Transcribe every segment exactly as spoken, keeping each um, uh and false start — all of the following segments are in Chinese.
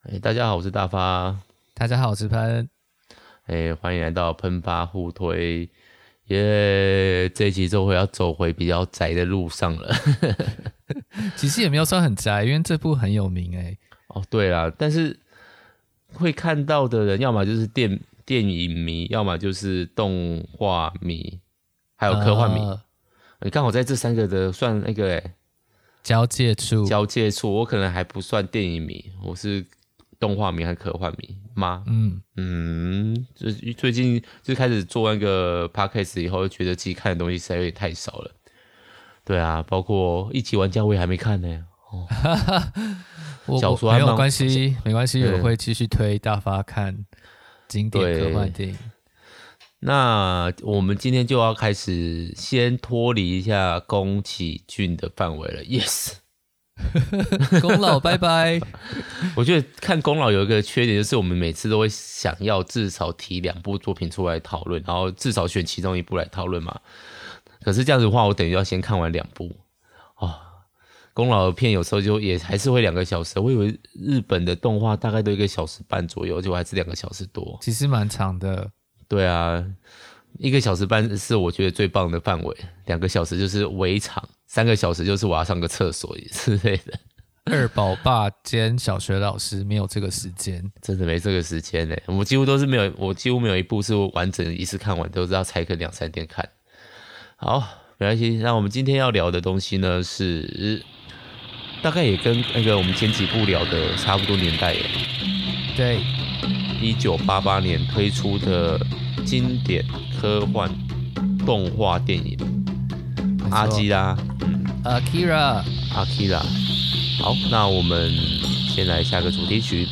欸、大家好，我是大发。 大家好，我是喷。 欸、欢迎来到喷发互推。耶、yeah, 这一集就会要走回比较宅的路上了。 其实也没有算很宅，因为这部很有名哎、欸。 哦，对啦，但是会看到的人，要么就是电电影迷，要么就是动画迷，还有科幻迷。呃、你刚好在这三个的算那个哎、欸、 交界处。 交界处，我可能还不算电影迷，我是动画迷和科幻迷吗？嗯嗯，就最近就开始做那个 podcast 以后，就觉得自己看的东西实在有点太少了。对啊，包括一级玩家我也还没看呢。哦、 小说没有关系，没关系，我会继续推大发看经典科幻电影。 那我们今天就要开始先脱离一下宫崎骏的范围了 ，yes。 宫老拜拜。 我觉得看宫老有一个缺点，就是我们每次都会想要至少提两部作品出来讨论，然后至少选其中一部来讨论嘛。可是这样子的话，我等于要先看完两部哦。宫老的片有时候就也还是会两个小时，我以为日本的动画大概都一个小时半左右，结果还是两个小时多， 其实蛮长的。 对啊，一个小时半是我觉得最棒的范围，两个小时就是围场，三个小时就是我要上个厕所之类的。 二宝爸兼小学老师没有这个时间， 真的没这个时间耶。我几乎都是没有，我几乎没有一部是完整一次看完，都是要拆个两三天看。好，没关系。那我们今天要聊的东西呢，是大概也跟那个我们前几部聊的差不多年代耶。 对， 一九八八年推出的经典科幻动画电影《阿基拉》。 嗯 ，Akira， Akira。好，那我们先来下个主题曲。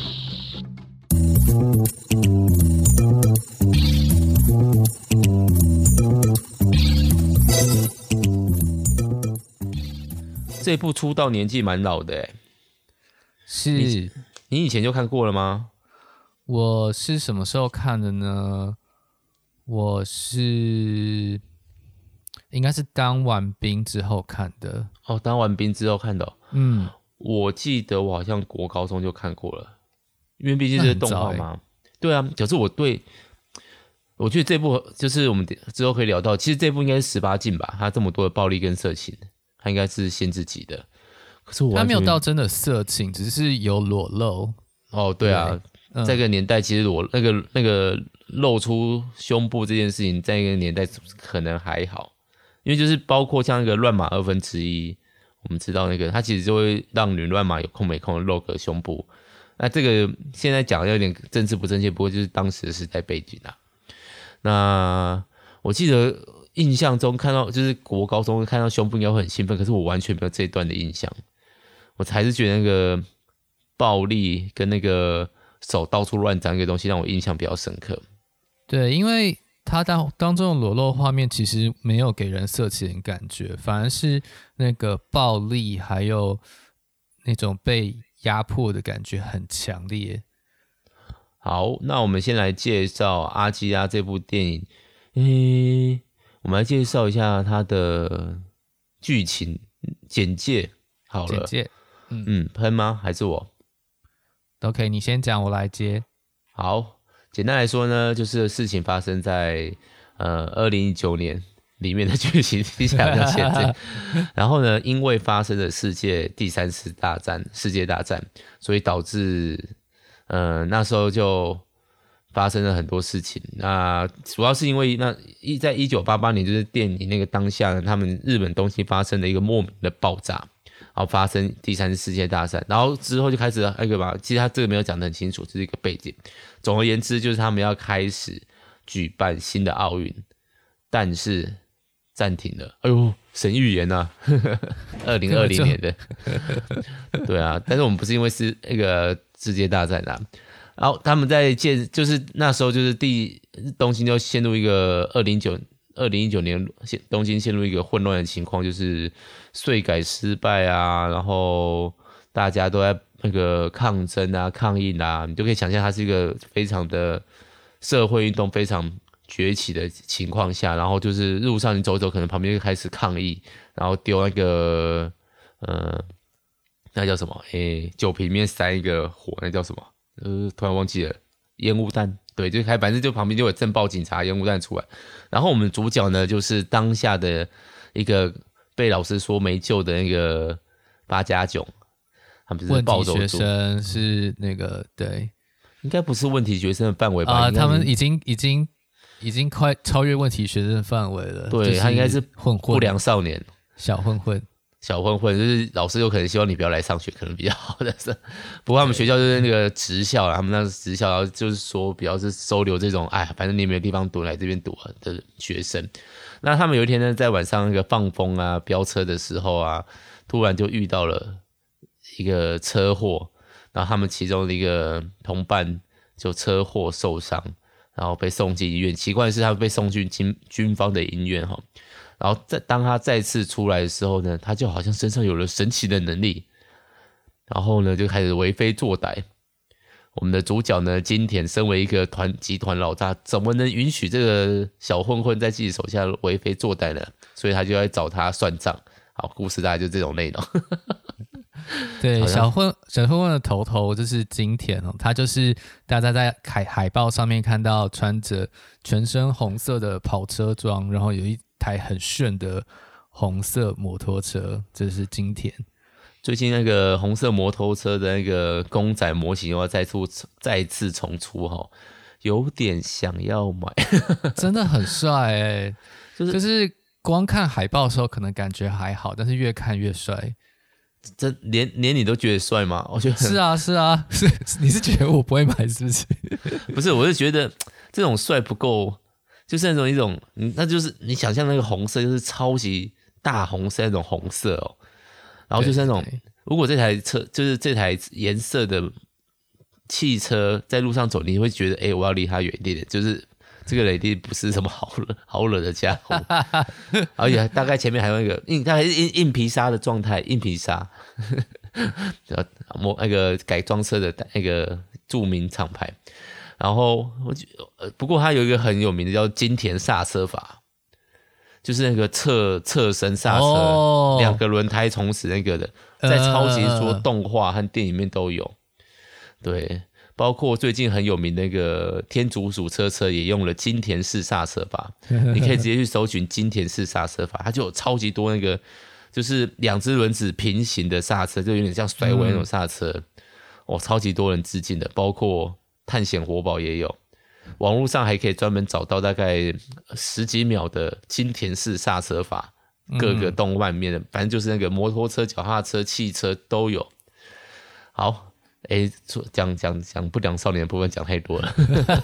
这部出道年纪蛮老的耶。 是你, 你以前就看过了吗？ 我是什么时候看的呢？我是应该是当完兵之后看的。 哦，当完兵之后看的、哦。 嗯， 我记得我好像国高中就看过了，因为毕竟是动画嘛。对啊，可是我对，我觉得这部就是我们之后可以聊到，其实这部应该是十八禁吧，它这么多的暴力跟色情，它应该是限制级的。可是我它没有到真的色情，只是有裸露。 哦，对啊，对嗯、在这个年代，其实裸那个那个露出胸部这件事情，在那个年代可能还好，因为就是包括像那个乱码二分之一。我们知道那个，它其实就会让女乱码有空没空的露个胸部。那这个现在讲有点政治不正确，不过就是当时的时代背景啊。那我记得印象中看到就是国高中看到胸部应该会很兴奋，可是我完全没有这一段的印象。我还是觉得那个暴力跟那个手到处乱长一个东西让我印象比较深刻。 对，因为他当当中的裸露画面其实没有给人色情的感觉，反而是那个暴力还有那种被压迫的感觉很强烈。 好，那我们先来介绍《阿基拉》这部电影。诶，我们来介绍一下它的剧情简介。好了， 简介， 嗯嗯，喷吗？还是我 ？OK， 你先讲，我来接。 好。简单来说呢，就是事情发生在呃二零一九年里面的剧情听起来比较前进。然后呢，因为发生了世界第三次大战、世界大战，所以导致呃那时候就发生了很多事情。那主要是因为那一在一九八八年，就是电影那个当下呢，他们日本东西发生了一个莫名的爆炸。然后发生第三次世界大战，然后之后就开始那个吧，其实他这个没有讲得很清楚，这是一个背景。总而言之，就是他们要开始举办新的奥运，但是暂停了。哎呦，神预言啊！二零二零年的，对啊，但是我们不是因为是那个世界大战啊，然后他们在建，就是那时候就是第东京就陷入一个二零一九。二零一九年东京陷入一个混乱的情况，就是税改失败啊，然后大家都在那个抗争啊、抗议啊，你就可以想象它是一个非常的社会运动非常崛起的情况下，然后就是路上你走走，可能旁边就开始抗议，然后丢那个呃，那叫什么？诶，酒瓶里面塞一个火，那叫什么？ 呃，突然忘记了，烟雾弹，对，就开，反正就旁边就有震爆警察烟雾弹出来，然后我们主角呢就是当下的一个被老师说没救的那个八加九，他们就是暴走族， 问题学生是那个对， 应该不是问题学生的范围吧？ 啊、呃，他们已经已经已经快超越问题学生的范围了， 对、 就是、 他应该是混混不良少年， 小混混。 小混混就是老师有可能希望你不要来上学，可能比较好的是。不过他们学校就是那个职校啦，他们那是职校，然后就是说比较是收留这种，哎，反正你没有地方读，来这边读的学生。那他们有一天呢，在晚上那个放风啊、飙车的时候啊，突然就遇到了一个车祸，然后他们其中的一个同伴就车祸受伤，然后被送进医院。奇怪的是，他被送进军军方的医院哈。然后在当他再次出来的时候呢，他就好像身上有了神奇的能力，然后呢就开始为非作歹。我们的主角呢，金田身为一个团集团老大，怎么能允许这个小混混在自己手下为非作歹呢？所以他就来找他算账。好，故事大概就这种内容。 对，小混小混混的头头就是金田哦，他就是大家在海海报上面看到穿着全身红色的跑车装，然后有一台很炫的红色摩托车，这是金田。 最近那个红色摩托车的那个公仔模型又要再出再次重出哈，有点想要买， 真的很帅哎、欸， 就是就是光看海报的时候可能感觉还好，但是越看越帅。 这连连你都觉得帅吗？我觉得是啊是啊，是你是觉得我不会买是不是？ 不是，我是觉得这种帅不够。就是那种一种，那就是你想象那个红色，就是超级大红色那种红色哦。然后就是那种，如果这台车就是这台颜色的汽车在路上走，你会觉得，哎、欸，我要离它远一点点。就是这个雷迪不是什么好惹好惹的家伙，而且大概前面还有一个硬，大概是硬硬皮沙的状态，硬皮沙，那个改装车的那个著名厂牌。然后我不过他有一个很有名的叫金田刹车法，就是那个侧侧身刹车，两、哦、个轮胎同时那个的，在超级多动画和电影里面都有。对，包括最近很有名的那个天竺鼠车车也用了金田式刹车法，你可以直接去搜寻金田式刹车法，它就有超级多那个就是两只轮子平行的刹车，就有点像甩尾那种刹车，嗯、哦，超级多人致敬的，包括探险活宝也有，网络上还可以专门找到大概十几秒的金田式刹车法，各个动漫面的，嗯、反正就是那个摩托车、脚踏车、汽车都有。好，哎，讲讲讲不良少年的部分讲太多了。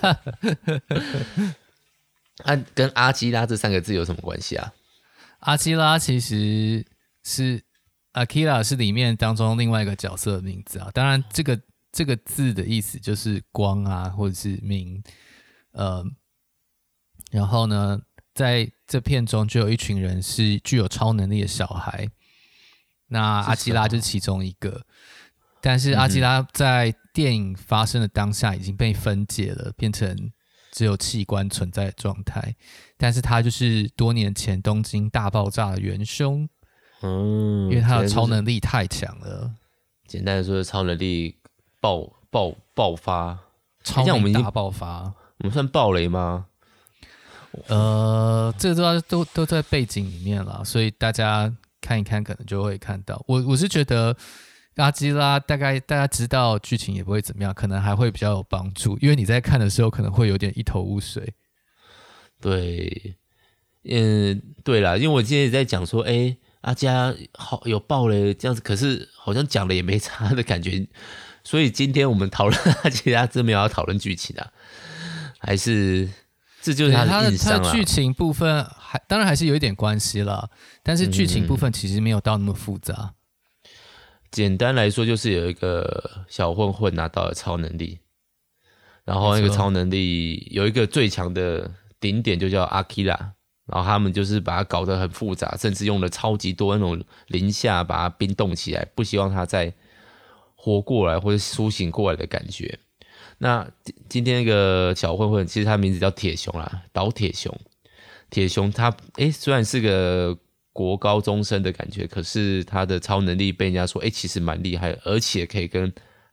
啊，跟阿基拉这三个字有什么关系啊？ 阿基拉其实是阿基拉是里面当中另外一个角色的名字啊，当然这个。这个字的意思就是光啊，或者是明，呃，然后呢，在这片中就有一群人是具有超能力的小孩，那阿基拉就是其中一个，但是阿基拉在电影发生的当下已经被分解了，变成只有器官存在的状态，但是他就是多年前东京大爆炸的元凶，嗯，因为他的超能力太强了。 简单的说，超能力。爆爆爆发， 超级大爆发， 我们算爆雷吗？ 呃，这个都都都在背景里面了，所以大家看一看，可能就会看到。我我是觉得阿基拉大概大家知道剧情也不会怎么样，可能还会比较有帮助，因为你在看的时候可能会有点一头雾水。 对，嗯，对啦，因为我今天也在讲说，哎，阿加好有爆雷这样子，可是好像讲了也没差的感觉。所以今天我们讨论阿基拉，真没有要讨论剧情啊，还是这就是他的硬伤啊。 他的剧情部分还当然还是有一点关系啦，但是剧情部分其实没有到那么复杂。 嗯、简单来说，就是有一个小混混拿到了超能力，然后那个超能力有一个最强的顶点，就叫阿基拉。然后他们就是把它搞得很复杂，甚至用了超级多那种零下把它冰冻起来，不希望它再活过来或者苏醒过来的感觉。那今天那个小混混，其实他名字叫铁熊啦，岛铁熊。铁熊他诶虽然是个国高中生的感觉，可是他的超能力被人家说诶其实蛮厉害的，而且可以跟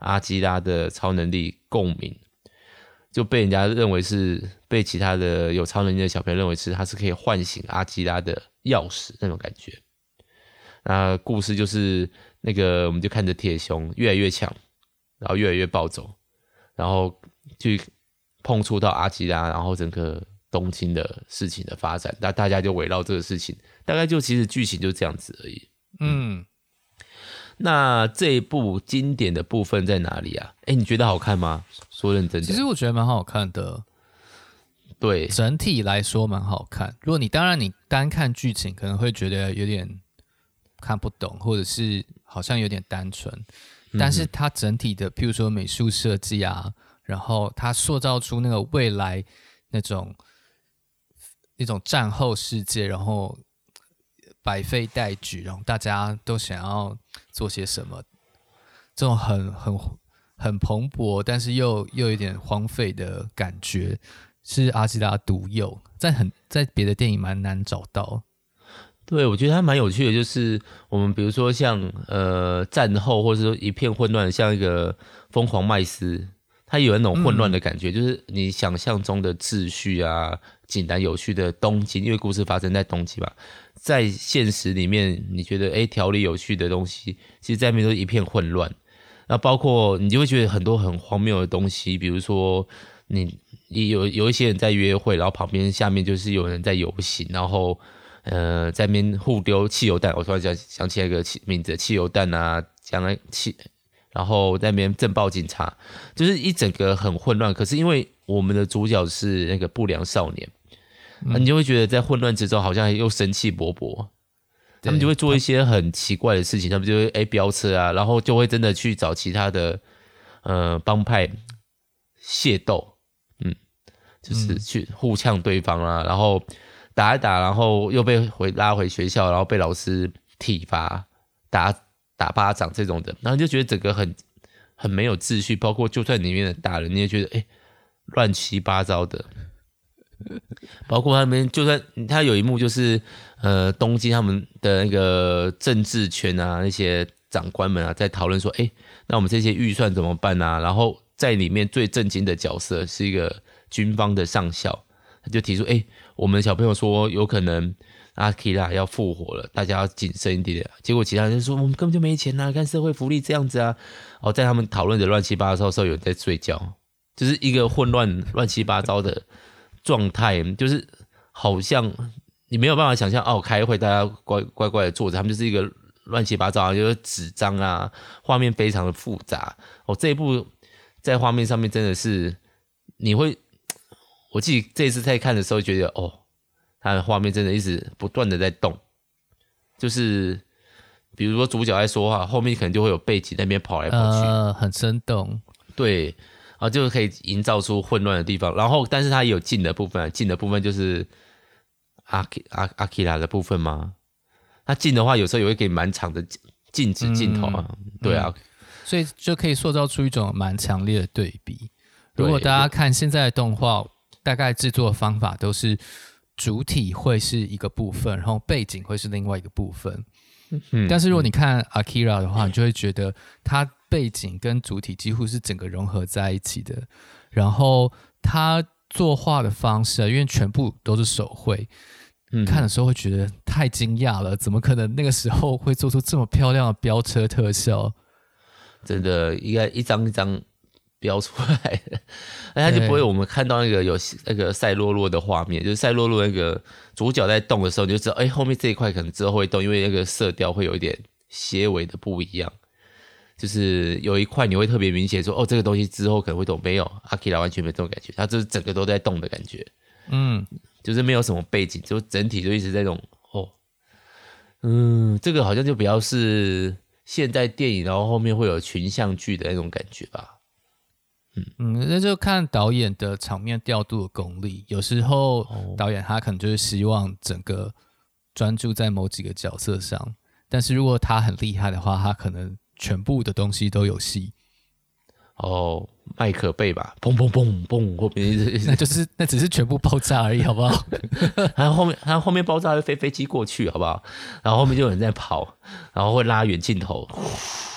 阿基拉的超能力共鸣，就被人家认为是被其他的有超能力的小朋友认为是他是可以唤醒阿基拉的钥匙那种感觉。那故事就是那个我们就看着铁熊越来越强，然后越来越暴走，然后去碰触到阿基拉，然后整个东京的事情的发展，那大家就围绕这个事情，大概就其实剧情就这样子而已。嗯，那这一部经典的部分在哪里啊？哎，你觉得好看吗？说认真的， 其实我觉得蛮好看的。 对， 整体来说蛮好看。如果你当然你单看剧情，可能会觉得有点看不懂，或者是好像有点单纯。但是它整体的，譬如说美术设计啊，然后它塑造出那个未来那种那种战后世界，然后百废待举，然后大家都想要做些什么，这种很很很蓬勃，但是又又有点荒废的感觉，是阿基拉独有，在很在别的电影蛮难找到。 对，我觉得它蛮有趣的，就是我们比如说像呃战后，或者说一片混乱，像一个疯狂麦斯，它有那种混乱的感觉，嗯、就是你想象中的秩序啊，井然有序的东京，因为故事发生在东京嘛，在现实里面，你觉得哎条理有序的东西，其实在那边都一片混乱。那包括你就会觉得很多很荒谬的东西，比如说你有有一些人在约会，然后旁边下面就是有人在游行，然后。呃，在那边互丢汽油弹，我突然想想起来一个名字，汽油弹啊，讲了汽，然后在那边震爆警察，就是一整个很混乱。可是因为我们的主角是那个不良少年，嗯、你就会觉得在混乱之中好像又生气勃勃，他们就会做一些很奇怪的事情，他们就会哎飙车啊，然后就会真的去找其他的呃帮派械斗，嗯，就是去互呛对方啊，然后。打一打，然后又被回拉回学校，然后被老师体罚、打打巴掌这种的，然后就觉得整个很很没有秩序，包括就算里面的大人，你也觉得哎乱七八糟的。包括他们，就算他有一幕就是呃东京他们的那个政治圈啊，那些长官们啊，在讨论说，哎，那我们这些预算怎么办啊？然后在里面最震惊的角色是一个军方的上校。他就提出，哎、欸，我们小朋友说有可能阿基拉要复活了，大家要谨慎一点。结果其他人就说，我们根本就没钱啊，看社会福利这样子啊。哦，在他们讨论的乱七八糟的时候，有人在睡觉，就是一个混乱、乱七八糟的状态，就是好像你没有办法想象，哦，开会大家乖乖乖的坐着，他们就是一个乱七八糟，就是纸张啊，画面非常的复杂。哦，这一部在画面上面真的是你会。我自己这一次在看的时候，觉得哦，它的画面真的一直不断的在动，就是比如说主角在说话，后面可能就会有背景在那边跑来跑去， 呃，很生动， 对，然后就可以营造出混乱的地方。然后，但是它也有静的部分，静的部分就是阿阿阿基拉的部分嘛。它静的话，有时候也会给蛮长的静止镜头啊，嗯、对啊、嗯， 所以就可以塑造出一种蛮强烈的对比。如果大家看现在的动画。大概制作的方法都是主体会是一个部分，然后背景会是另外一个部分。嗯、但是如果你看 Akira 的话，你就会觉得它背景跟主体几乎是整个融合在一起的。然后它作画的方式啊，因为全部都是手绘，嗯、看的时候会觉得太惊讶了，怎么可能那个时候会做出这么漂亮的飙车特效？ 真的，应该一张一张。标出来的，那他就不会我们看到那个有那个赛洛洛的画面，就是赛洛洛那个主角在动的时候，你就知道，哎、欸，后面这一块可能之后会动，因为那个色调会有一点些微的不一样，就是有一块你会特别明显说，哦，这个东西之后可能会动，没有，阿基拉完全没这种感觉，他就是整个都在动的感觉，嗯，就是没有什么背景，就整体就一直在那种，哦，嗯，这个好像就比较是现代电影，然后后面会有群像剧的那种感觉吧。 嗯，那就看导演的场面调度的功力。有时候导演他可能就是希望整个专注在某几个角色上，但是如果他很厉害的话，他可能全部的东西都有戏。 哦，麦克贝吧，砰砰砰砰，后面一直那就是那只是全部爆炸而已，好不好？ 他后面他后面爆炸会飞飞机过去，好不好？然后后面就有人在跑，然后会拉远镜头。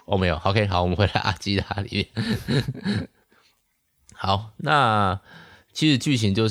哦，没有 ，OK， 好，我们回来阿基拉里面。好，那其实剧情就是，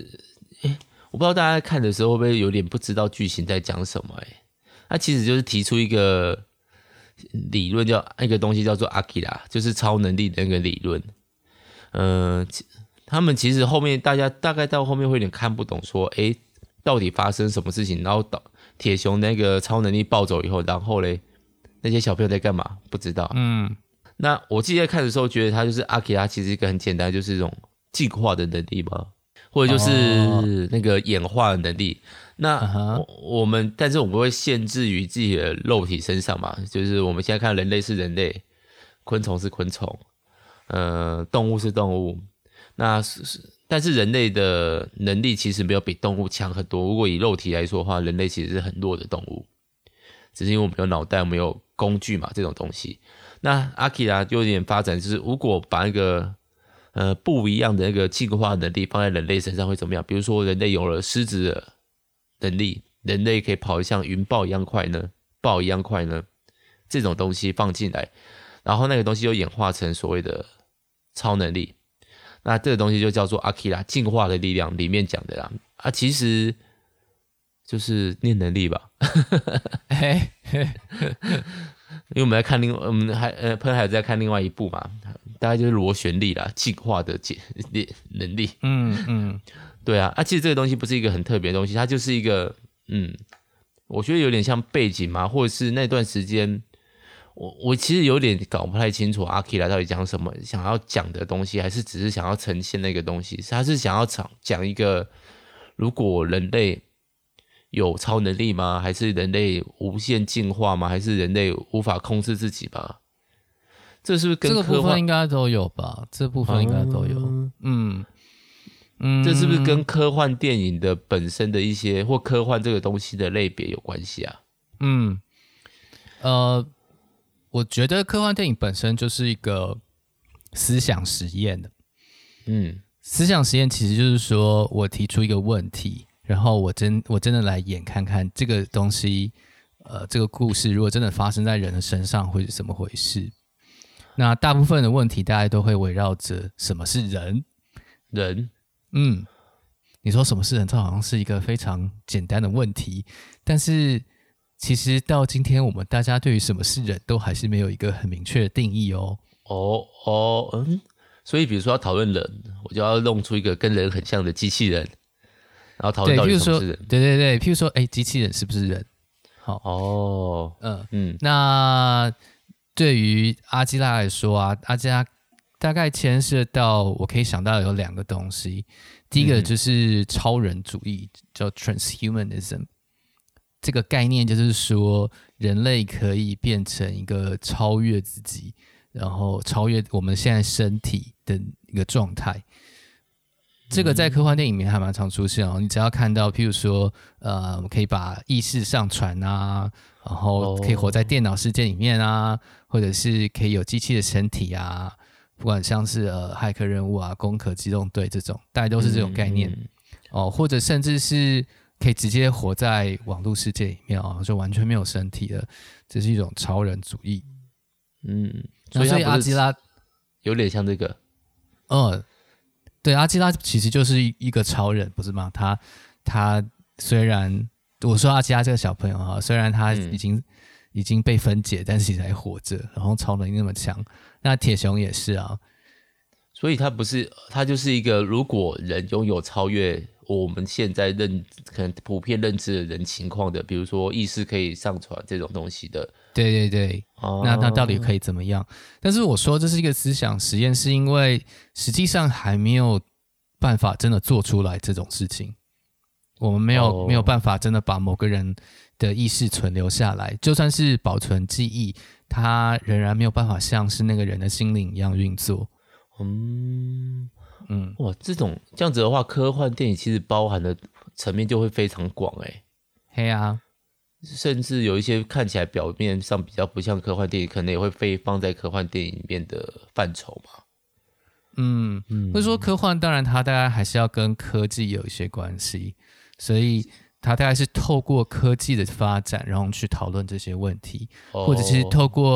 诶，我不知道大家看的时候会不会有点不知道剧情在讲什么？诶，它其实就是提出一个理论叫，叫一个东西叫做阿基拉，就是超能力的那个理论。嗯、呃，他们其实后面大家大概到后面会有点看不懂，说，诶，到底发生什么事情？然后铁熊那个超能力暴走以后，然后嘞，那些小朋友在干嘛？不知道。 嗯。 那我记得看的时候，觉得他就是阿基拉，其实一个很简单，就是这种进化的能力嘛，或者就是那个演化的能力。哦、那我们，但是我们会限制于自己的肉体身上嘛，就是我们现在看人类是人类，昆虫是昆虫，呃，动物是动物。那但是人类的能力其实没有比动物强很多。如果以肉体来说的话，人类其实是很弱的动物，只是因为我们有脑袋，我们有工具嘛，这种东西。那阿基拉有点发展，就是如果把那个呃不一样的那个进化能力放在人类身上会怎么样？比如说人类有了狮子的能力，人类可以跑得像云豹一样快呢，豹一样快呢，这种东西放进来，然后那个东西又演化成所谓的超能力，那这个东西就叫做阿基拉进化的力量里面讲的啦。啊，其实就是念能力吧。 嘿因为我们在看另外，我们还呃，喷还在看另外一部嘛，大概就是螺旋力啦，进化的能力。 嗯嗯， 对啊，啊，其实这个东西不是一个很特别的东西，它就是一个，嗯，我觉得有点像背景嘛，或者是那段时间，我我其实有点搞不太清楚阿基拉到底讲什么，想要讲的东西，还是只是想要呈现那个东西，他是想要讲一个，如果人类有超能力吗？还是人类无限进化吗？还是人类无法控制自己吗？这是不是跟科幻这个部分应该都有吧？这部分应该都有。嗯 嗯, 嗯， 这是不是跟科幻电影的本身的一些或科幻这个东西的类别有关系啊？ 嗯，呃，我觉得科幻电影本身就是一个思想实验的。嗯，思想实验其实就是说我提出一个问题。然后我真我真的来演看看这个东西，呃，这个故事如果真的发生在人的身上会是怎么回事？那大部分的问题大家都会围绕着什么是人？ 人， 嗯，你说什么是人，这好像是一个非常简单的问题，但是其实到今天我们大家对于什么是人都还是没有一个很明确的定义哦。 哦哦，嗯，所以比如说要讨论人，我就要弄出一个跟人很像的机器人。然后讨论到底什么是人？ 对对对，譬如说，哎，机器人是不是人？好哦， 嗯嗯，那对于阿基拉来说啊，阿基拉大概牵涉到我可以想到有两个东西，第一个就是超人主义，嗯、叫 transhumanism， 这个概念就是说人类可以变成一个超越自己，然后超越我们现在身体的一个状态。这个在科幻电影里面还蛮常出现哦。你只要看到，譬如说，呃，可以把意识上传啊，然后可以活在电脑世界里面啊，或者是可以有机器的身体啊，不管像是呃骇客任务啊、攻壳机动队这种，大概都是这种概念、嗯、哦。或者甚至是可以直接活在网络世界里面哦，就完全没有身体的，这是一种超人主义。嗯，所以阿基拉有点像这个， 嗯。对，阿基拉其实就是一个超人，不是吗？他他虽然我说阿基拉这个小朋友哈，虽然他已经、嗯、已经被分解，但是其实还活着，然后超能力那么强。那铁熊也是啊， 所以他不是他就是一个，如果人拥有超越我们现在认可能普遍认知的人情况的，比如说意识可以上传这种东西的。 对对对，哦、那那到底可以怎么样？但是我说这是一个思想实验，是因为实际上还没有办法真的做出来这种事情。我们没有、哦、没有办法真的把某个人的意识存留下来，就算是保存记忆，它仍然没有办法像是那个人的心灵一样运作。 嗯嗯，哇，这种这样子的话，科幻电影其实包含的层面就会非常广哎。 嘿啊。 甚至有一些看起来表面上比较不像科幻电影，可能也会被放在科幻电影里面的范畴嘛。 嗯嗯，或者说科幻，当然它大概还是要跟科技有一些关系，所以它大概是透过科技的发展，然后去讨论这些问题，哦、或者是透过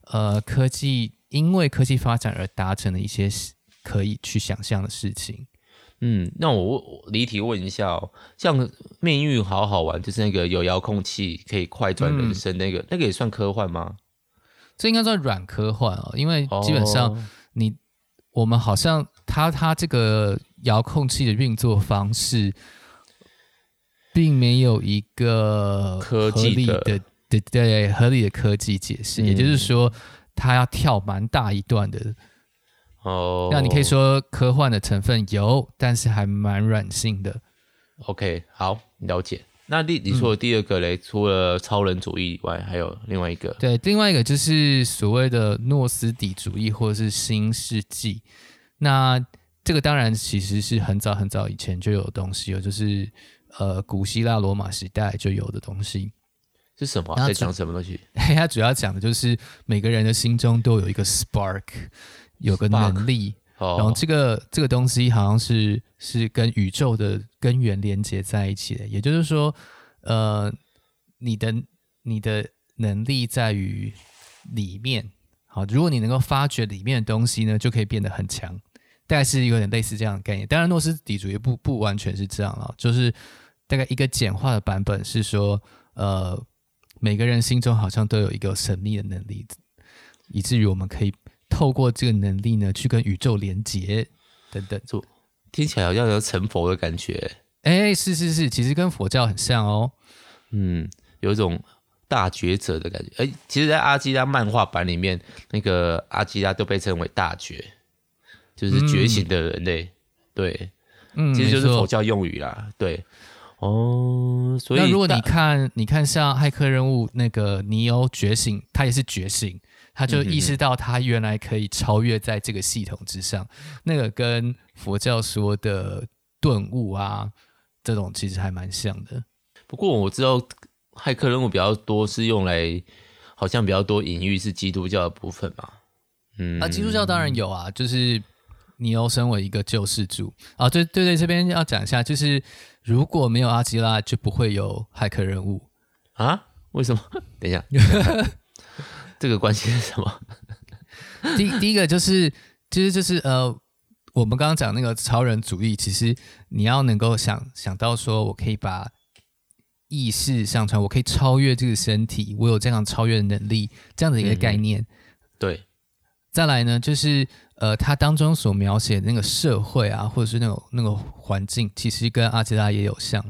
呃科技因为科技发展而达成的一些可以去想象的事情。 嗯，那我我离题问一下哦，像命运好好玩，就是那个有遥控器可以快转人生那个，嗯、那个也算科幻吗？ 这应该算软科幻哦，因为基本上你、哦、我们好像它它这个遥控器的运作方式，并没有一个合理的的对对合理的科技解释，嗯、也就是说，它要跳蛮大一段的。哦，那你可以说科幻的成分有，但是还蛮软性的。 OK， 好，了解。那你你说的第二个嘞、嗯，除了超人主义以外，还有另外一个？ 对，另外一个就是所谓的诺斯底主义或者是新世纪。那这个当然其实是很早很早以前就有的东西，就是呃古希腊罗马时代就有的东西。 是什么、啊？在讲什么东西？ 它主要讲的就是每个人的心中都有一个 spark。有个能力， oh. 然后这个这个东西好像是是跟宇宙的根源连接在一起的，也就是说，呃，你的你的能力在于里面，好，如果你能够发掘里面的东西呢，就可以变得很强，大概是有点类似这样的概念。当然，诺斯底主义不不完全是这样了，就是大概一个简化的版本是说，呃，每个人心中好像都有一个神秘的能力，以至于我们可以。透过这个能力呢，去跟宇宙连结，等等， 听起来好像有成佛的感觉。 哎，是是是，其实跟佛教很像哦。 嗯，有一种大觉者的感觉。哎，其实，在阿基拉漫画版里面，那个阿基拉都被称为大觉，就是觉醒的人类。嗯、对，嗯，其实就是佛教用语啦。对，哦，所以那如果你看，你看像骇客任务那个尼欧觉醒，他也是觉醒。他就意识到他原来可以超越在这个系统之上，嗯、那个跟佛教说的顿悟啊，这种其实还蛮像的。 不过我知道骇客任务比较多是用来，好像比较多隐喻是基督教的部分嘛。嗯， 啊，基督教当然有啊，就是尼欧身为一个救世主啊，对对对，这边要讲一下，就是如果没有阿基拉，就不会有骇客任务啊？为什么？等一下。这个关系是什么？ 第第一个就是，其实就是呃，我们刚刚讲那个超人主义，其实你要能够想想到说，我可以把意识上传，我可以超越这个身体，我有这样超越的能力，这样的一个概念。嗯、 对。 再来呢，就是呃，它当中所描写的那个社会啊，或者是那种那个环境，其实跟阿基拉也有像。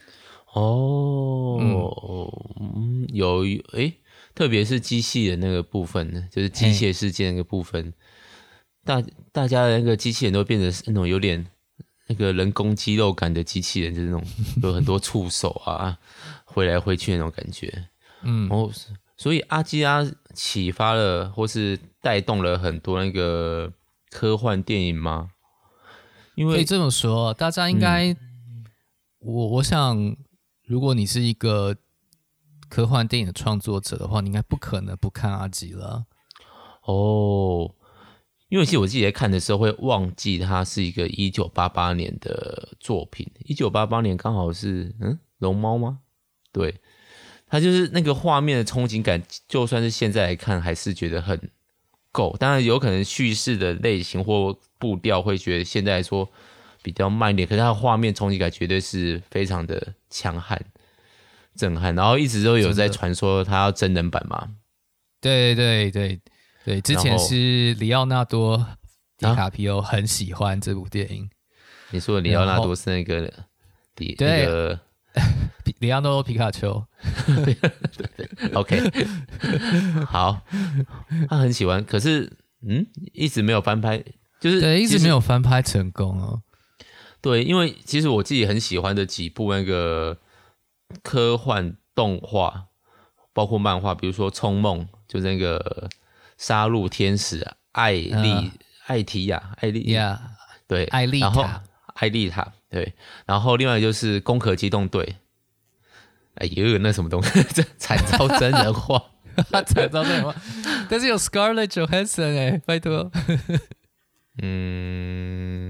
哦，嗯，有诶。特别是机器人那个部分，就是机械世界那个部分，大大家的那个机器人都变成那种有点那个人工肌肉感的机器人，就是那种有很多触手啊，挥来挥去那种感觉。嗯，然后所以阿基拉启发了或是带动了很多那个科幻电影吗？因为可以这么说，大家应该，嗯、我我想，如果你是一个科幻电影的创作者的话，你应该不可能不看阿基拉哦。因为其实我自己在看的时候会忘记它是一个一九八八年的作品。一九八八年刚好是嗯龙猫吗？对，它就是那个画面的憧憬感，就算是现在来看还是觉得很够。当然有可能叙事的类型或步调会觉得现在来说比较慢一点，可是它的画面冲击感绝对是非常的强悍。震撼，然后一直都有在传说他要真人版嘛？ 对对对对，之前是里奥纳多·迪卡皮欧很喜欢这部电影。啊、 你说的里奥纳多是那个迪那个里奥纳多·皮卡丘？ 对对 ，OK， 好，他很喜欢，可是嗯，一直没有翻拍，就是对，一直没有翻拍成功哦。 对，因为其实我自己很喜欢的几部那个。科幻动画包括漫画，比如说《冲梦》，就是那个杀戮天使艾丽、uh, 艾提亚、艾丽， yeah, 对， 艾丽塔， 然后艾丽塔，对，然后另外就是《攻壳机动队》，哎呦，那什么东西？这惨遭真人化， 惨遭真人化，但是有 Scarlett Johansson 哎，拜托。 嗯，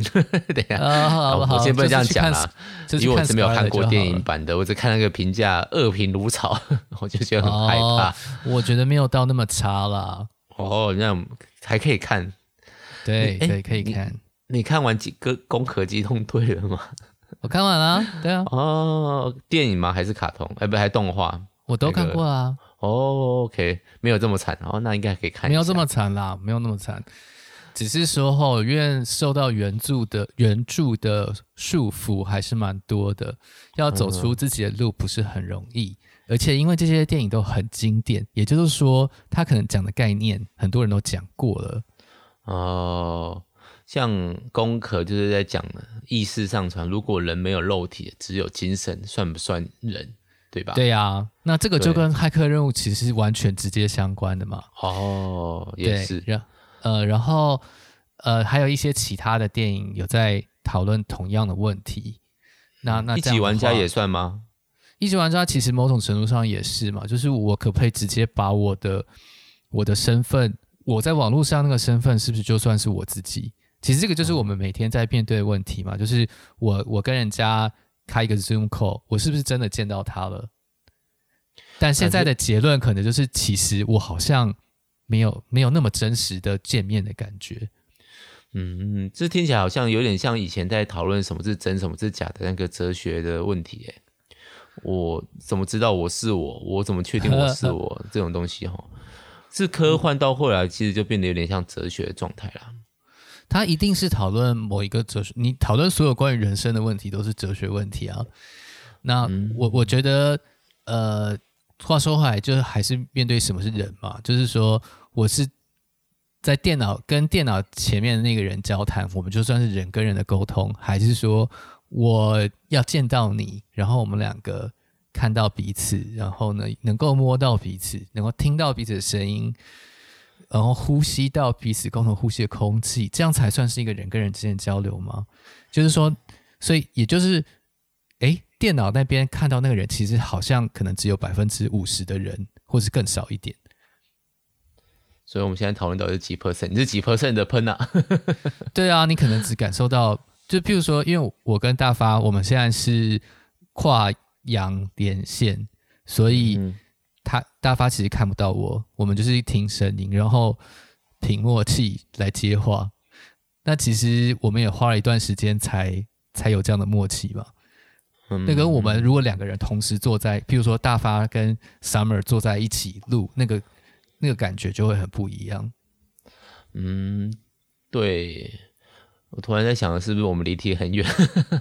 等一下， 啊，好好好， 我先不能这样讲啦， 就是因为我是没有看过电影版， 版的，我只看那个评价恶评如潮，我就觉得很害怕。 哦、我觉得没有到那么差啦。 哦，那还可以看， 对对，可以看。 你, 你看完几个《攻壳机动队》了吗？ 我看完了，对啊。 哦，电影吗？还是卡通？哎，不，还动画？ 我都看过啊。 那個、哦 ，OK， 没有这么惨哦，那应该可以看一下。 没有这么惨啦，没有那么惨，只是说吼，因为受到原著的原著的束缚还是蛮多的，要走出自己的路不是很容易。嗯、而且因为这些电影都很经典，也就是说，他可能讲的概念很多人都讲过了。 哦。像攻壳就是在讲意识上传，如果人没有肉体，只有精神，算不算人？对吧？ 对啊，那这个就跟骇客任务其实是完全直接相关的嘛。 哦，也是。 然呃，然后呃，还有一些其他的电影有在讨论同样的问题。那那一级玩家也算吗？ 一级玩家其实某种程度上也是嘛，就是我可不可以直接把我的我的身份，我在网络上那个身份是不是就算是我自己？其实这个就是我们每天在面对的问题嘛，就是我我跟人家开一个 Zoom call， 我是不是真的见到他了？但现在的结论可能就是，其实我好像没有没有那么真实的见面的感觉。 嗯，这听起来好像有点像以前在讨论什么是真什么是假的那个哲学的问题耶。我怎么知道我是我？我怎么确定我是我？这种东西齁，是科幻到后来其实就变得有点像哲学的状态啦。 他一定是讨论某一个哲学，你讨论所有关于人生的问题都是哲学问题啊。那我我觉得，呃，话说回来，就是还是面对什么是人嘛，就是说我是在电脑跟电脑前面的那个人交谈，我们就算是人跟人的沟通，还是说我要见到你，然后我们两个看到彼此，然后呢能够摸到彼此，能够听到彼此的声音。然后呼吸到彼此共同呼吸的空气，这样才算是一个人跟人之间的交流吗？就是说，所以也就是，哎，电脑那边看到那个人，其实好像可能只有百分之五十的人，或是更少一点。 所以我们现在讨论到底是几 percent？ 你是几 percent 的喷啊？ 对啊，你可能只感受到，就譬如说，因为我跟大发，我们现在是跨洋连线，所以。嗯他大发其实看不到我，我们就是听声音，然后凭默契来接话。那其实我们也花了一段时间才才有这样的默契嘛。嗯、那跟我们如果两个人同时坐在，譬如说大发跟 Summer 坐在一起录，那个那个感觉就会很不一样。 嗯，对。我突然在想的是不是我们离题很远？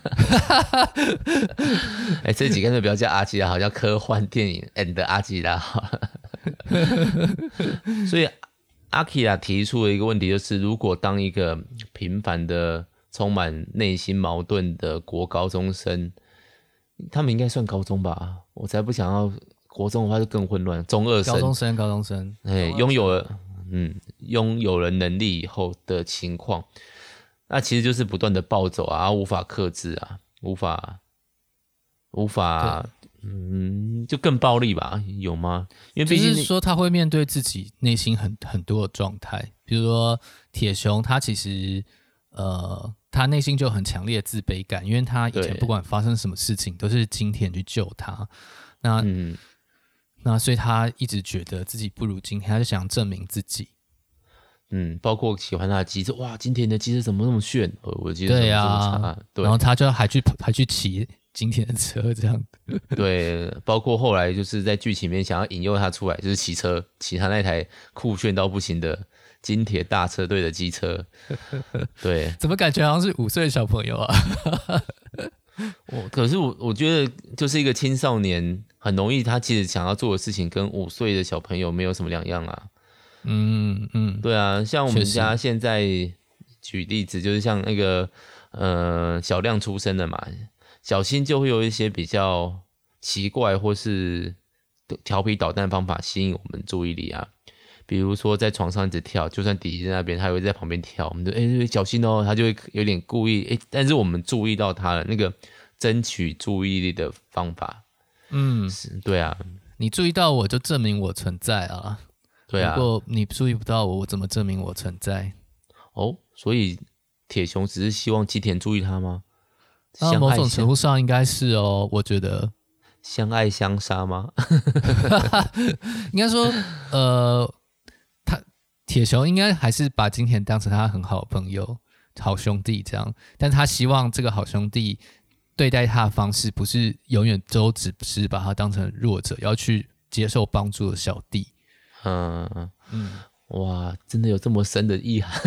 哎、欸，这几个人不要叫阿基拉，好叫科幻电影 and 阿基拉好了。所以阿基拉提出的一个问题就是，如果当一个平凡的、充满内心矛盾的国高中生，他们应该算高中吧？我才不想要国中的话就更混乱。中二生、 高中生、高中生， 哎，拥有了嗯拥有了能力以后的情况。那其实就是不断的暴走啊，无法克制啊，无法无法，嗯，就更暴力吧？有吗？因为毕竟就是说他会面对自己内心很很多的状态，比如说铁雄，他其实呃，他内心就很强烈的自卑感，因为他以前不管发生什么事情，都是金田去救他，那嗯，那所以他一直觉得自己不如金田，他就想证明自己。 嗯，包括喜欢他的机车，哇，今天的机车怎么那么炫？我的机车怎么这么差？对， 然后他就还去还去骑今天的车，这样。 对，包括后来就是在剧情里面想要引诱他出来，就是骑车，骑他那台酷炫到不行的金铁大车队的机车。对， 怎么感觉好像是五岁的小朋友啊？ 我可是我我觉得就是一个青少年，很容易他其实想要做的事情跟五岁的小朋友没有什么两样啊。 嗯嗯， 对啊，像我们家现在举例子，就是像那个呃小亮出生的嘛，小新就会有一些比较奇怪或是调皮捣蛋的方法吸引我们注意力啊，比如说在床上一直跳，就算弟弟在那边，他也会在旁边跳，我们就哎、欸、小心哦，他就会有点故意哎、欸，但是我们注意到他了那个争取注意力的方法，嗯，对啊， 你注意到我就证明我存在啊。 对啊， 如果你注意不到我，我怎么证明我存在？ 哦，所以铁雄只是希望基田注意他吗？ 那某种程度上应该是哦，我觉得相爱相杀吗？ 应该说，呃，他铁雄应该还是把金田当成他很好的朋友、好兄弟这样，但他希望这个好兄弟对待他的方式不是永远都只是把他当成弱者，要去接受帮助的小弟。 嗯嗯，哇，真的有这么深的意涵。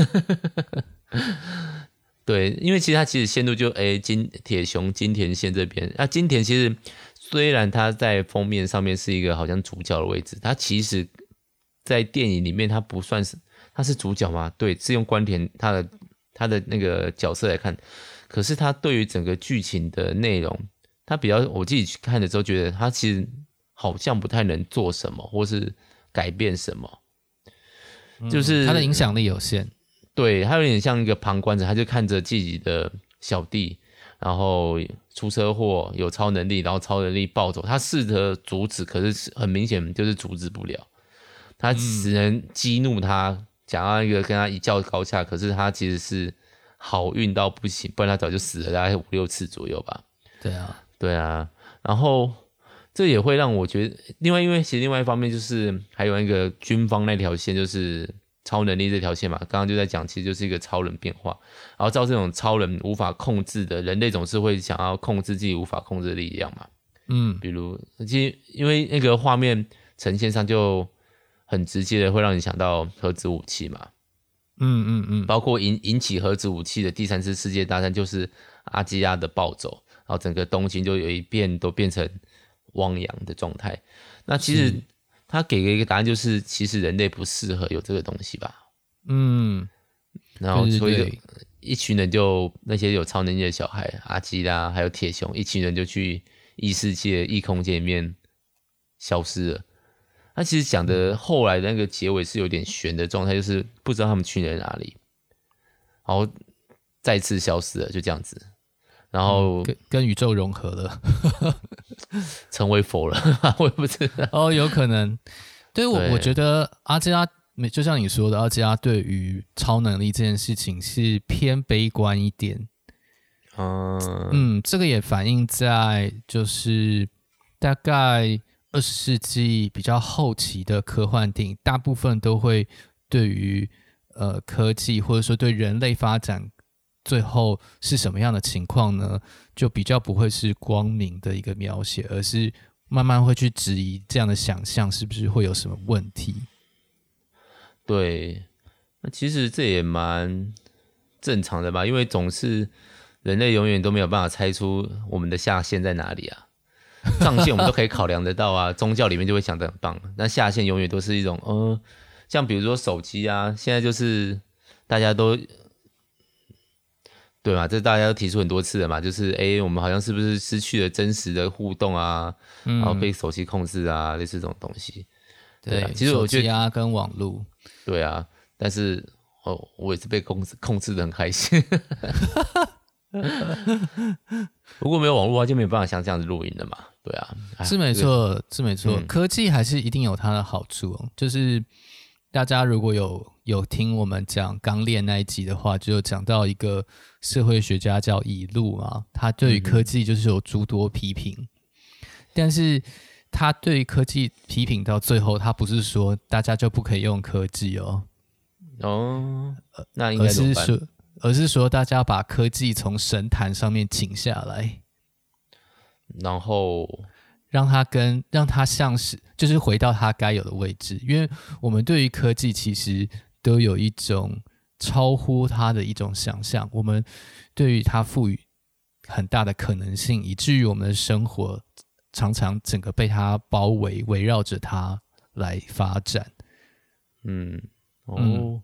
对，因为其实他其实线路就诶金铁雄金田县这边，那、啊、金田其实虽然他在封面上面是一个好像主角的位置，他其实在电影里面他不算是他是主角吗？对，是用关田他的他的那个角色来看，可是他对于整个剧情的内容，他比较我自己去看的时候觉得他其实好像不太能做什么，或是改变什么，就是、 嗯、他的影响力有限。 对，他有点像一个旁观者，他就看着自己的小弟，然后出车祸，有超能力，然后超能力暴走，他试着阻止，可是很明显就是阻止不了，他只能激怒他，想要一个跟他一较高下，可是他其实是好运到不行，不然他早就死了大概五六次左右吧。 对啊， 对啊，然后这也会让我觉得，另外因为其实另外一方面就是还有那个军方那条线就是。超能力这条线嘛，刚刚就在讲，其实就是一个超人变化，然后照这种超人无法控制的人类，总是会想要控制自己无法控制的力量嘛。嗯，比如，其实因为那个画面呈现上就很直接的会让你想到核子武器嘛。嗯嗯嗯，包括引引起核子武器的第三次世界大战，就是阿基拉的暴走，然后整个东京就有一遍都变成汪洋的状态。那其实。他给了一个答案，就是其实人类不适合有这个东西吧。嗯，然后所以一群人就那些有超能力的小孩，阿基拉还有铁雄，一群人就去异世界、异空间里面消失了。他其实讲的后来的那个结尾是有点悬的状态，就是不知道他们去了哪里，然后再次消失了，就这样子。然后、 嗯、跟, 跟宇宙融合了， 成为佛了，我也不知道。 哦，有可能。对，我我觉得阿基拉，就像你说的，阿基拉对于超能力这件事情是偏悲观一点。嗯嗯，这个也反映在就是大概二十世纪比较后期的科幻电影，大部分都会对于呃科技或者说对人类发展。最后是什么样的情况呢？就比较不会是光明的一个描写，而是慢慢会去质疑这样的想象是不是会有什么问题。 对，那其实这也蛮正常的吧，因为总是人类永远都没有办法猜出我们的下限在哪里啊。上限我们都可以考量得到啊，宗教里面就会想得很棒，那下限永远都是一种呃，像比如说手机啊，现在就是大家都。对嘛，这大家都提出很多次了嘛，就是哎，我们好像是不是失去了真实的互动啊，嗯、然后被手机控制啊，类似这种东西。 对，对其实我觉得手机啊跟网络， 对啊，但是哦，我也是被控制控制的很开心。如果没有网络的话，就没有办法像这样子录音了嘛。对啊， 是没错，是没错、嗯，科技还是一定有它的好处哦，就是大家如果有。有听我们讲刚练那一集的话，就有讲到一个社会学家叫以路嘛，他对于科技就是有诸多批评、嗯、但是他对于科技批评到最后，他不是说大家就不可以用科技哦， 哦，那应该怎么办？ 而是说，而是说大家把科技从神坛上面请下来， 然后让它跟让它像是就是回到它该有的位置，因为我们对于科技其实。都有一种超乎它的一种想象，我们对于它赋予很大的可能性，以至于我们的生活常常整个被它包围，围绕着它来发展。嗯，哦，嗯、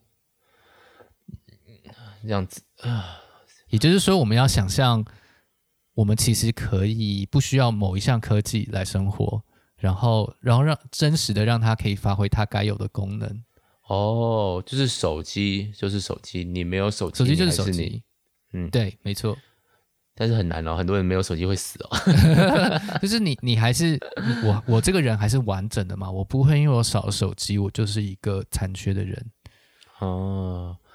这样子啊， 也就是说，我们要想象，我们其实可以不需要某一项科技来生活，然后，然后让真实的让它可以发挥它该有的功能。 哦，就是手机，就是手机，你没有手机， 手机就是手机，嗯，对，没错。 但是很难哦，很多人没有手机会死哦。 就是你，你还是我，我这个人还是完整的嘛，我不会因为我少了手机，我就是一个残缺的人。 哦，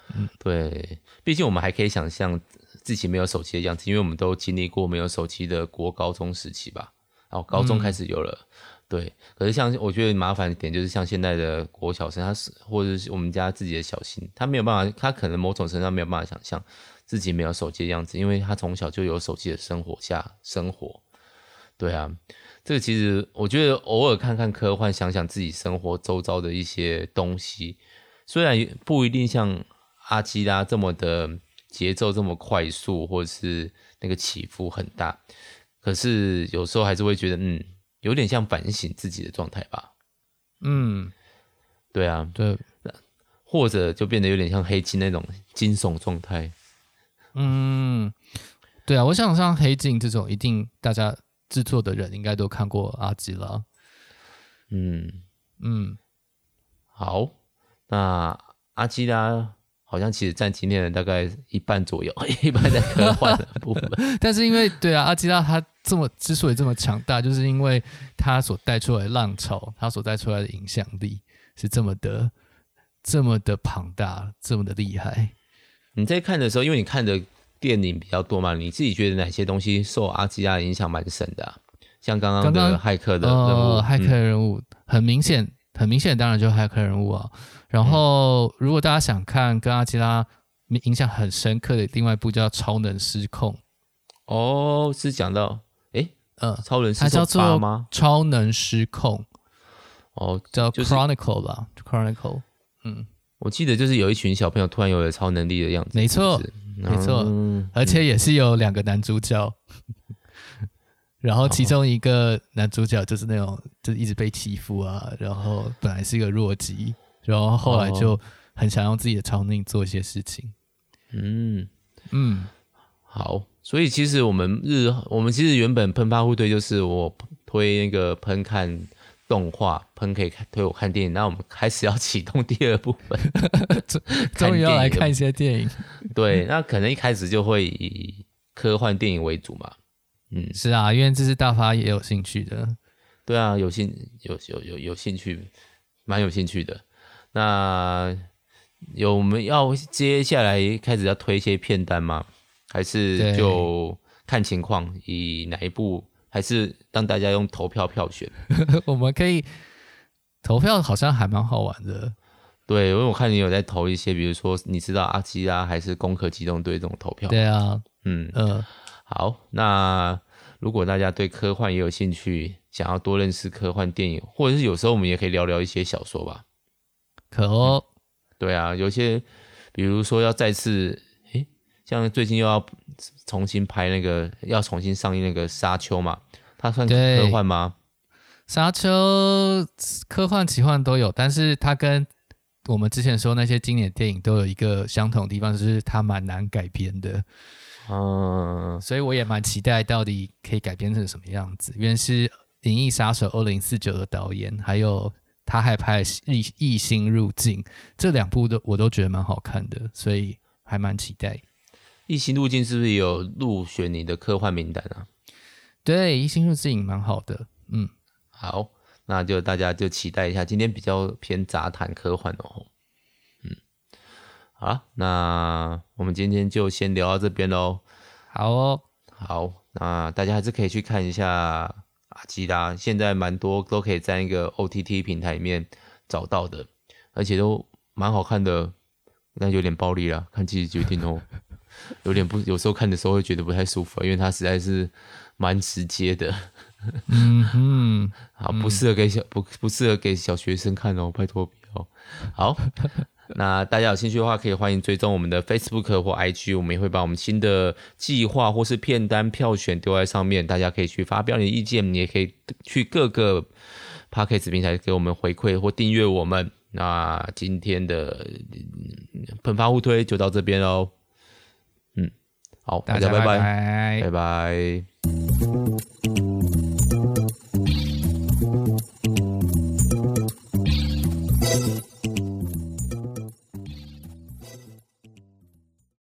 嗯， 对，毕竟我们还可以想象自己没有手机的样子，因为我们都经历过没有手机的国高中时期吧。然后高中开始有了，嗯、对。可是像我觉得麻烦一点就是像现在的国小生，他是或者是我们家自己的小新，他没有办法，他可能某种程度上没有办法想象自己没有手机的样子，因为他从小就有手机的生活下生活。对啊，这个其实我觉得偶尔看看科幻，想想自己生活周遭的一些东西，虽然不一定像阿基拉这么的节奏这么快速，或者是那个起伏很大。可是有时候还是会觉得，嗯，有点像反省自己的状态吧。 嗯， 对啊， 对， 或者就变得有点像黑镜那种惊悚状态。 嗯，对啊，我想像黑镜这种，一定大家制作的人应该都看过阿基拉。 嗯嗯， 好，那阿基拉好像其实占今天的大概一半左右，一半在科幻的部分。 但是因为对啊，阿基拉他这么之所以这么强大，就是因为他所带出来的浪潮，他所带出来的影响力是这么的、这么的庞大，这么的厉害。 你在看的时候，因为你看的电影比较多嘛，你自己觉得哪些东西受阿基拉的影响蛮深的啊？像刚刚的骇客的人物， 呃，骇客人物、嗯、很明显，很明显，当然就是骇客人物啊。然后，嗯、如果大家想看跟阿基拉影响很深刻的另外一部叫《超能失控》。 哦，是讲到诶呃， 超能失控它叫做吗？ 超能失控。 哦， 叫 Chronicle 吧、就是、，Chronicle。嗯， 我记得就是有一群小朋友突然有了超能力的样子。 没错， 是是没错、 嗯， 而且也是有两个男主角。然后其中一个男主角就是那种就是一直被欺负啊，然后本来是一个弱鸡，然后后来就很想用自己的超能力做一些事情。 嗯嗯， 好，所以其实我们日我们其实原本喷发户推就是我推那个喷看动画，喷可以推我看电影，那我们开始要启动第二部分， 终于要来看一些电影。 对，那可能一开始就会以科幻电影为主嘛。嗯， 是啊，因为这是大发也有兴趣的。 对啊，有兴有有有有兴趣，蛮有兴趣的。那有我们要接下来开始要推一些片单吗？还是就看情况，以哪一部？还是让大家用投票票选？ 我们可以投票，好像还蛮好玩的。 对，因为我看你有在投一些，比如说你知道阿基拉还是攻壳机动队这种投票。 对啊， 嗯呃。 好，那如果大家对科幻也有兴趣，想要多认识科幻电影，或者是有时候我们也可以聊聊一些小说吧。 可哦、 嗯，对啊，有些比如说要再次，诶，像最近又要重新拍那个，要重新上映那个《沙丘》嘛，它算科幻吗？ 沙丘科幻、奇幻都有，但是它跟我们之前说那些经典电影都有一个相同的地方，就是它蛮难改编的。嗯，所以我也蛮期待到底可以改编成什么样子。因为是《银翼杀手二零四九》的导演，还有他还拍了《异星入境》，这两部都我都觉得蛮好看的，所以还蛮期待。 异星入境是不是也有入选你的科幻名单啊？ 对，异星入境蛮好的。嗯， 好，那就大家就期待一下，今天比较偏杂谈科幻哦。好，那我们今天就先聊到这边咯。 好哦， 好，那大家还是可以去看一下阿基拉，现在蛮多都可以在那个 O T T 平台里面找到的，而且都蛮好看的，那有点暴力啦，看自己决定哦。有点不，有时候看的时候会觉得不太舒服，因为它实在是蛮直接的。 嗯哼， 好，不适合给小不不适合给小学生看哦，拜托不要。好。那大家有兴趣的话，可以欢迎追踪我们的 Facebook 或 I G， 我们也会把我们新的计划或是片单票选丢在上面，大家可以去发表你的意见，你也可以去各个 Podcast 平台给我们回馈或订阅我们。那今天的喷发互推就到这边咯。嗯，好，大家拜拜，拜拜。拜拜。